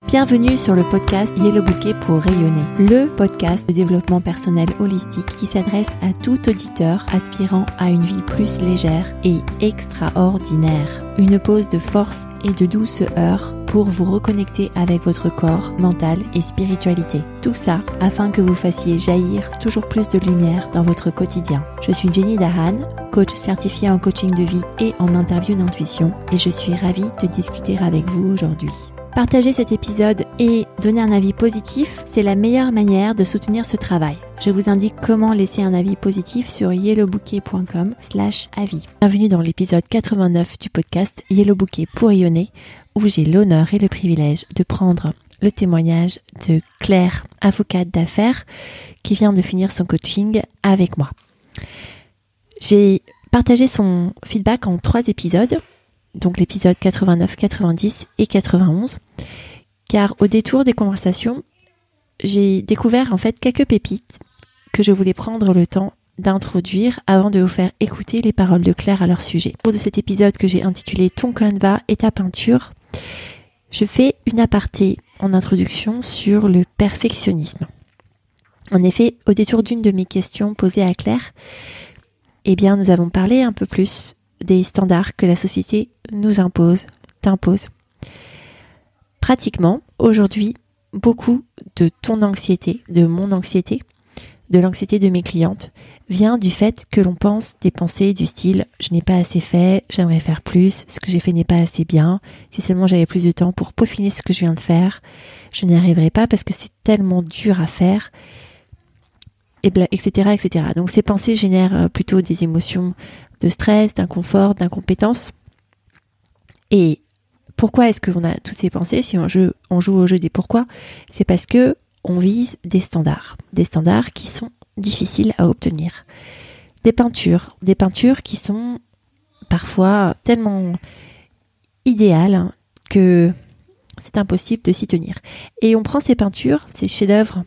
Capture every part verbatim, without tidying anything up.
Bienvenue sur le podcast Yellow Bouquet pour rayonner, le podcast de développement personnel holistique qui s'adresse à tout auditeur aspirant à une vie plus légère et extraordinaire. Une pause de force et de douceur pour vous reconnecter avec votre corps, mental et spiritualité. Tout ça afin que vous fassiez jaillir toujours plus de lumière dans votre quotidien. Je suis Jenny Dahan, coach certifiée en coaching de vie et en interview d'intuition, et je suis ravie de discuter avec vous aujourd'hui. Partager cet épisode et donner un avis positif, c'est la meilleure manière de soutenir ce travail. Je vous indique comment laisser un avis positif sur yellowbouquet.com slash avis. Bienvenue dans l'épisode quatre-vingt-neuf du podcast Yellow Bouquet pour rayonner, où j'ai l'honneur et le privilège de prendre le témoignage de Claire, avocate d'affaires, qui vient de finir son coaching avec moi. J'ai partagé son feedback en trois épisodes, donc l'épisode quatre-vingt-neuf, quatre-vingt-dix et quatre-vingt-onze, car au détour des conversations, j'ai découvert en fait quelques pépites que je voulais prendre le temps d'introduire avant de vous faire écouter les paroles de Claire à leur sujet. Au cours de cet épisode que j'ai intitulé « Ton canevas et ta peinture », je fais une aparté en introduction sur le perfectionnisme. En effet, au détour d'une de mes questions posées à Claire, eh bien, nous avons parlé un peu plus des standards que la société nous impose, t'impose. Pratiquement, aujourd'hui, beaucoup de ton anxiété, de mon anxiété, de l'anxiété de mes clientes, vient du fait que l'on pense des pensées du style « je n'ai pas assez fait, j'aimerais faire plus, ce que j'ai fait n'est pas assez bien, si seulement j'avais plus de temps pour peaufiner ce que je viens de faire, je n'y arriverai pas parce que c'est tellement dur à faire », et cetera, et cetera. Donc ces pensées génèrent plutôt des émotions de stress, d'inconfort, d'incompétence. Et pourquoi est-ce qu'on a toutes ces pensées si on joue, on joue au jeu des pourquoi? C'est parce que on vise des standards, des standards qui sont difficiles à obtenir. Des peintures, des peintures qui sont parfois tellement idéales que c'est impossible de s'y tenir. Et on prend ces peintures, ces chefs-d'œuvre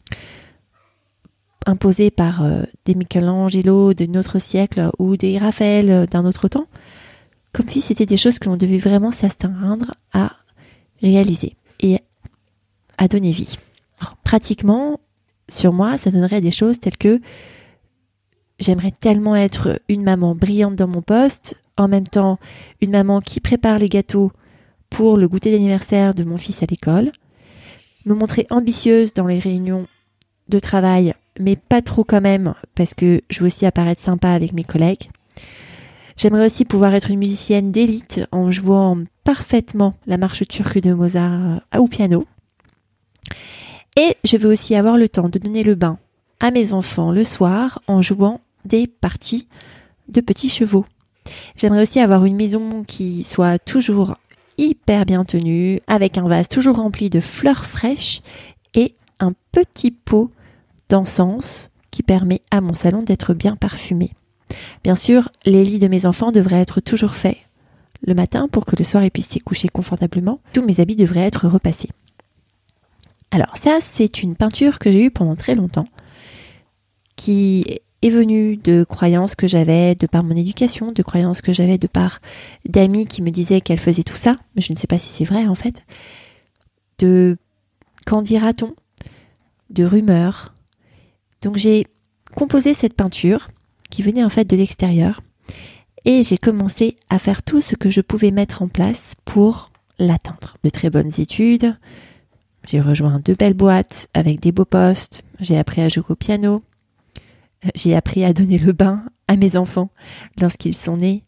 imposés par euh, des Michelangelo de notre siècle ou des Raphaël d'un autre temps, comme si c'était des choses que l'on devait vraiment s'astreindre à réaliser et à donner vie. Alors, pratiquement, sur moi, ça donnerait des choses telles que j'aimerais tellement être une maman brillante dans mon poste, en même temps une maman qui prépare les gâteaux pour le goûter d'anniversaire de mon fils à l'école, me montrer ambitieuse dans les réunions de travail, mais pas trop quand même, parce que je veux aussi apparaître sympa avec mes collègues. J'aimerais aussi pouvoir être une musicienne d'élite en jouant parfaitement la marche turque de Mozart au piano. Et je veux aussi avoir le temps de donner le bain à mes enfants le soir en jouant des parties de petits chevaux. J'aimerais aussi avoir une maison qui soit toujours hyper bien tenue, avec un vase toujours rempli de fleurs fraîches et un petit pot d'encens qui permet à mon salon d'être bien parfumé. Bien sûr, les lits de mes enfants devraient être toujours faits le matin pour que le soir ils puissent s'y coucher confortablement. Tous mes habits devraient être repassés. Alors ça, c'est une peinture que j'ai eue pendant très longtemps, qui est venue de croyances que j'avais de par mon éducation, de croyances que j'avais de par d'amis qui me disaient qu'elles faisaient tout ça, mais je ne sais pas si c'est vrai en fait, de qu'en dira-t-on, de rumeurs. Donc j'ai composé cette peinture qui venait en fait de l'extérieur et j'ai commencé à faire tout ce que je pouvais mettre en place pour l'atteindre. De très bonnes études, j'ai rejoint deux belles boîtes avec des beaux postes, j'ai appris à jouer au piano, j'ai appris à donner le bain à mes enfants lorsqu'ils sont nés.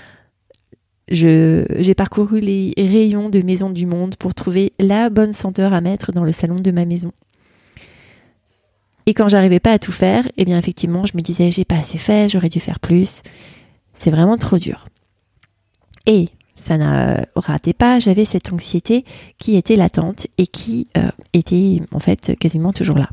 Je, j'ai parcouru les rayons de Maison du Monde pour trouver la bonne senteur à mettre dans le salon de ma maison. Et quand j'arrivais pas à tout faire, eh bien effectivement, je me disais j'ai pas assez fait, j'aurais dû faire plus. C'est vraiment trop dur. Et ça n'a raté pas, j'avais cette anxiété qui était latente et qui euh, était en fait quasiment toujours là.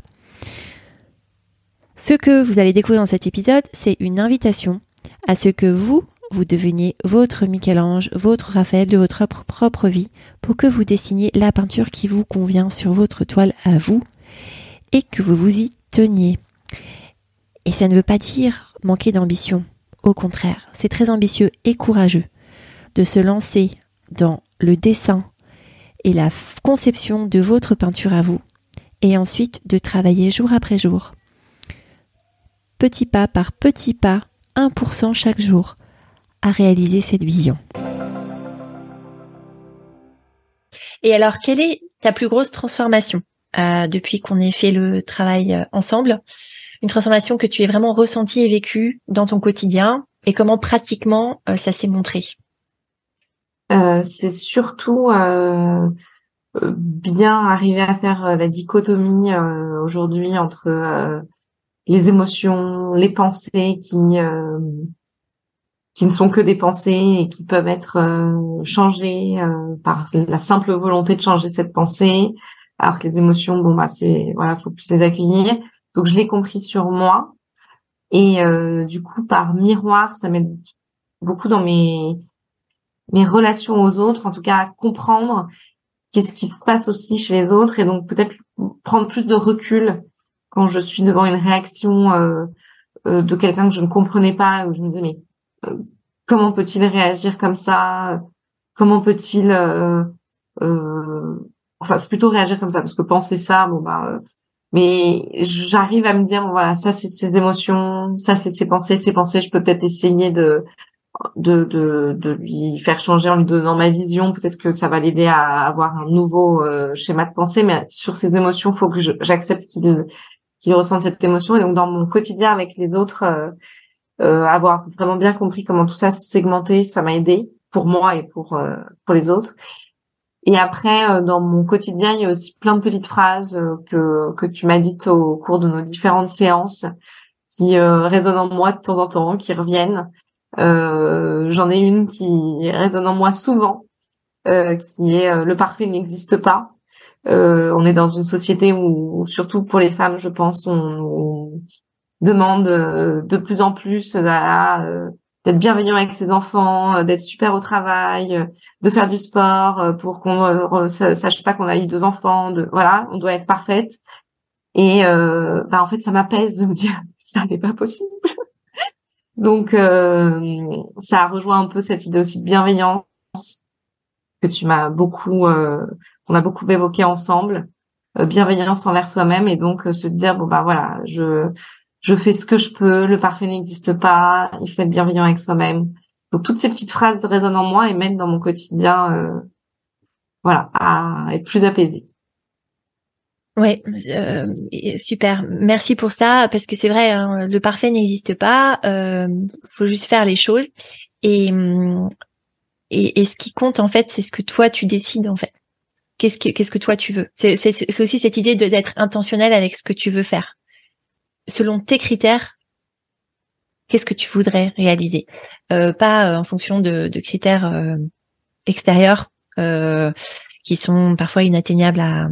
Ce que vous allez découvrir dans cet épisode, c'est une invitation à ce que vous, vous deveniez votre Michel-Ange, votre Raphaël de votre propre vie pour que vous dessiniez la peinture qui vous convient sur votre toile à vous et que vous vous y teniez. Et ça ne veut pas dire manquer d'ambition. Au contraire, c'est très ambitieux et courageux de se lancer dans le dessin et la f- conception de votre peinture à vous, et ensuite de travailler jour après jour, petit pas par petit pas, un pour cent chaque jour, à réaliser cette vision. Et alors, quelle est ta plus grosse transformation euh, depuis qu'on ait fait le travail euh, ensemble? Une transformation que tu aies vraiment ressentie et vécue dans ton quotidien, et comment pratiquement euh, ça s'est montré? Euh, c'est surtout euh, euh, bien arriver à faire euh, la dichotomie euh, aujourd'hui entre euh, les émotions, les pensées qui euh, qui ne sont que des pensées et qui peuvent être euh, changées euh, par la simple volonté de changer cette pensée, alors que les émotions, bon bah c'est voilà, faut plus les accueillir. Donc je l'ai compris sur moi et euh, du coup par miroir, ça m'aide beaucoup dans mes mes relations aux autres, en tout cas à comprendre qu'est-ce qui se passe aussi chez les autres et donc peut-être prendre plus de recul quand je suis devant une réaction euh, euh, de quelqu'un que je ne comprenais pas, où je me dis mais euh, comment peut-il réagir comme ça? Comment peut-il euh, euh, enfin c'est plutôt réagir comme ça parce que penser ça bon bah euh, mais j'arrive à me dire bon, voilà ça c'est ses émotions, ça c'est ses pensées, ses pensées je peux peut-être essayer de de de de lui faire changer en lui donnant ma vision, peut-être que ça va l'aider à avoir un nouveau euh, schéma de pensée, mais sur ses émotions faut que je, j'accepte qu'il qu'il ressente cette émotion et donc dans mon quotidien avec les autres euh, euh, avoir vraiment bien compris comment tout ça se segmentait, ça m'a aidé pour moi et pour euh, pour les autres. Et après euh, dans mon quotidien, il y a aussi plein de petites phrases euh, que que tu m'as dites au cours de nos différentes séances qui euh, résonnent en moi de temps en temps, qui reviennent. Euh, j'en ai une qui résonne en moi souvent, euh, qui est euh, le parfait n'existe pas. Euh, on est dans une société où, surtout pour les femmes, je pense, on, on demande euh, de plus en plus euh, à, euh, d'être bienveillant avec ses enfants, euh, d'être super au travail, euh, de faire du sport euh, pour qu'on euh, sache pas qu'on a eu deux enfants. De, voilà, on doit être parfaite. Et euh, bah en fait, ça m'apaise de me dire ça n'est pas possible. Donc euh, ça a rejoint un peu cette idée aussi de bienveillance que tu m'as beaucoup, euh, qu'on a beaucoup évoqué ensemble, euh, bienveillance envers soi-même et donc euh, se dire bon bah voilà, je je fais ce que je peux, le parfait n'existe pas, il faut être bienveillant avec soi-même. Donc toutes ces petites phrases résonnent en moi et m'aident dans mon quotidien, euh, voilà, à être plus apaisée. Ouais, euh, et- super. Merci pour ça, parce que c'est vrai, hein, le parfait n'existe pas. Euh, faut juste faire les choses. Et, hum, et, et ce qui compte, en fait, c'est ce que toi, tu décides, en fait. Qu'est-ce que, qu'est-ce que toi, tu veux? C'est, c'est, c'est aussi cette idée de, d'être intentionnel avec ce que tu veux faire. Selon tes critères, qu'est-ce que tu voudrais réaliser? Euh, pas euh, en fonction de, de critères euh, extérieurs euh, qui sont parfois inatteignables à,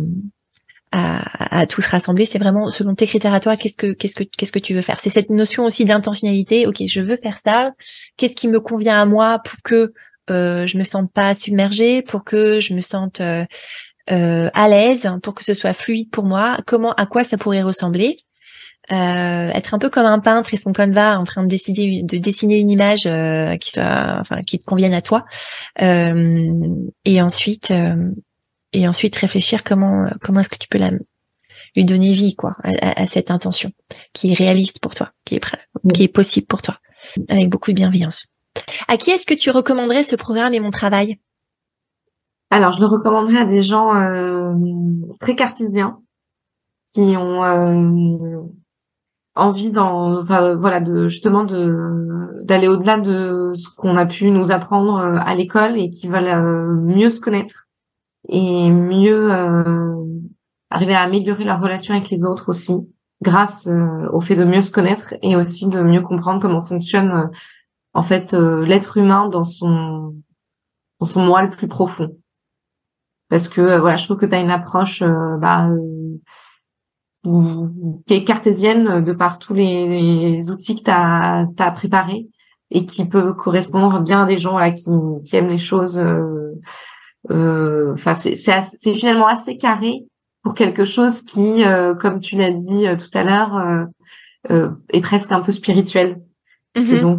à, à tous rassembler. C'est vraiment selon tes critères à toi, qu'est-ce que qu'est-ce que qu'est-ce que tu veux faire. C'est cette notion aussi d'intentionnalité. Ok, je veux faire ça. Qu'est-ce qui me convient à moi pour que euh, je me sente pas submergée, pour que je me sente euh, euh, à l'aise, pour que ce soit fluide pour moi. Comment, à quoi ça pourrait ressembler? Euh, être un peu comme un peintre et son canevas en train de décider de dessiner une image euh, qui soit, enfin, qui te convienne à toi. Euh, et ensuite. Euh, et ensuite réfléchir comment comment est-ce que tu peux la lui donner vie quoi à, à, à cette intention qui est réaliste pour toi, qui est prêt, qui est possible pour toi, avec beaucoup de bienveillance. À qui est-ce que tu recommanderais ce programme Et mon travail? Alors je le recommanderais à des gens euh, très cartésiens qui ont euh, envie dans, enfin voilà, de justement de d'aller au-delà de ce qu'on a pu nous apprendre euh, à l'école et qui veulent euh, mieux se connaître et mieux euh, arriver à améliorer leur relation avec les autres aussi grâce euh, au fait de mieux se connaître et aussi de mieux comprendre comment fonctionne euh, en fait euh, l'être humain dans son dans son moi le plus profond parce que euh, voilà je trouve que tu as une approche euh, bah, euh, qui, qui est cartésienne de par tous les, les outils que tu as, t'as préparés et qui peut correspondre bien à des gens là, qui, qui aiment les choses. euh, euh, Enfin, c'est c'est assez- c'est finalement assez carré pour quelque chose qui, euh, comme tu l'as dit euh, tout à l'heure, euh, euh, est presque un peu spirituel. Et Mhm. donc,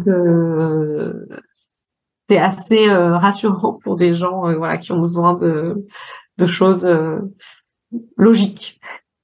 euh, c'est assez euh, rassurant pour des gens euh, voilà, qui ont besoin de de choses euh, logiques.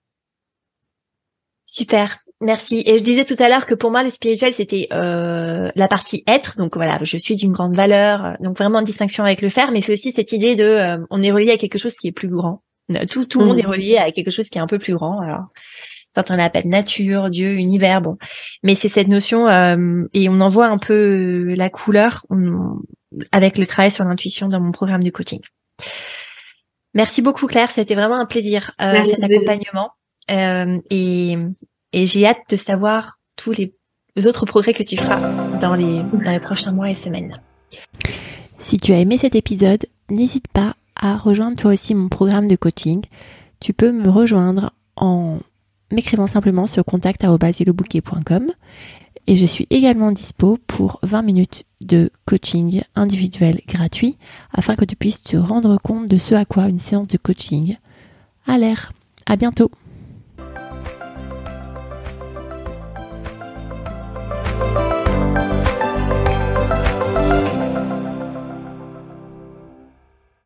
Super, merci. Et je disais tout à l'heure que pour moi, le spirituel, c'était euh, la partie être. Donc voilà, je suis d'une grande valeur. Donc vraiment en distinction avec le faire, mais c'est aussi cette idée de, euh, on est relié à quelque chose qui est plus grand. Tout, tout le monde Mmh. est relié à quelque chose qui est un peu plus grand. Alors certains l'appellent nature, Dieu, univers. Bon, mais c'est cette notion euh, et on en voit un peu la couleur on, avec le travail sur l'intuition dans mon programme de coaching. Merci beaucoup Claire, c'était vraiment un plaisir euh, cet accompagnement euh, et, et j'ai hâte de savoir tous les autres progrès que tu feras dans les, dans les prochains mois et semaines. Si tu as aimé cet épisode, n'hésite pas à rejoindre toi aussi mon programme de coaching. Tu peux me rejoindre en m'écrivant simplement sur contact arobase yellowbouquet point com et je suis également dispo pour vingt minutes de coaching individuel gratuit afin que tu puisses te rendre compte de ce à quoi une séance de coaching a l'air. À bientôt.